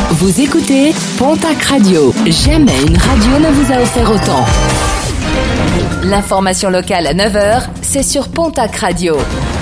Vous écoutez Pontac Radio. Jamais une radio ne vous a offert autant. L'information locale à 9h, c'est sur Pontac Radio.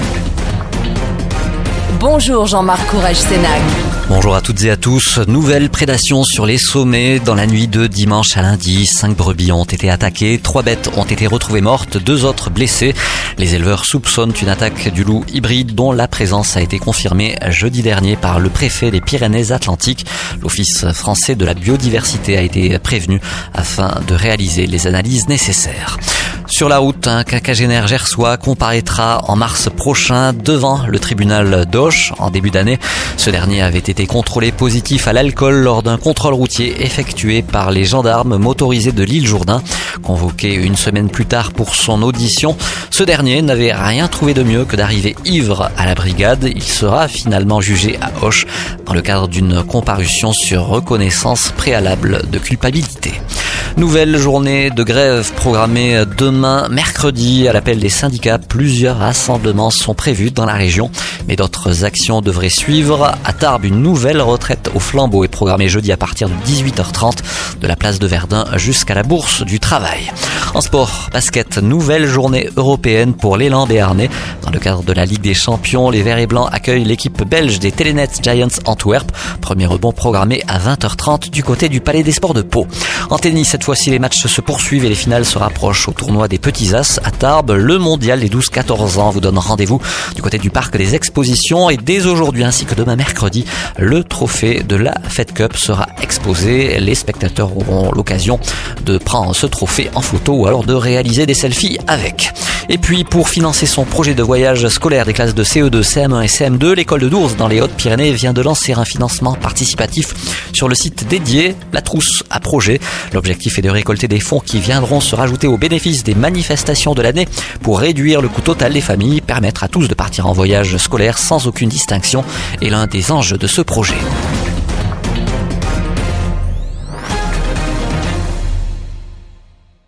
Bonjour Jean-Marc Courage-Sénac. Bonjour à toutes et à tous. Nouvelle prédation sur les sommets. Dans la nuit de dimanche à lundi, 5 brebis ont été attaquées, 3 bêtes ont été retrouvées mortes, 2 autres blessées. Les éleveurs soupçonnent une attaque du loup hybride dont la présence a été confirmée jeudi dernier par le préfet des Pyrénées-Atlantiques. L'Office français de la biodiversité a été prévenu afin de réaliser les analyses nécessaires. Sur la route, un quinquagénaire gersois comparaîtra en mars prochain devant le tribunal d'Auch. En début d'année, ce dernier avait été contrôlé positif à l'alcool lors d'un contrôle routier effectué par les gendarmes motorisés de l'île Jourdain. Convoqué une semaine plus tard pour son audition, ce dernier n'avait rien trouvé de mieux que d'arriver ivre à la brigade. Il sera finalement jugé à Auch dans le cadre d'une comparution sur reconnaissance préalable de culpabilité. Nouvelle journée de grève programmée demain, mercredi, à l'appel des syndicats. Plusieurs rassemblements sont prévus dans la région, mais d'autres actions devraient suivre. À Tarbes, une nouvelle retraite au flambeau est programmée jeudi à partir de 18h30 de la place de Verdun jusqu'à la Bourse du Travail. En sport, basket, nouvelle journée européenne pour l'élan béarnais. Dans le cadre de la Ligue des Champions, les Verts et Blancs accueillent l'équipe belge des Telenet Giants Antwerp. Premier rebond programmé à 20h30 du côté du Palais des Sports de Pau. En tennis, cette fois-ci, les matchs se poursuivent et les finales se rapprochent. Au tournoi des Petits As à Tarbes, le mondial des 12-14 ans vous donne rendez-vous du côté du parc des expositions. Et dès aujourd'hui ainsi que demain mercredi, le trophée de la Fed Cup sera exposé. Les spectateurs auront l'occasion de prendre ce trophée en photo ou alors de réaliser des selfies avec. Et puis, pour financer son projet de voyage scolaire des classes de CE2, CM1 et CM2, l'école de Dours dans les Hautes-Pyrénées vient de lancer un financement participatif sur le site dédié La Trousse à Projet. L'objectif est de récolter des fonds qui viendront se rajouter aux bénéfices des manifestations de l'année pour réduire le coût total des familles, permettre à tous de partir en voyage scolaire sans aucune distinction est l'un des enjeux de ce projet.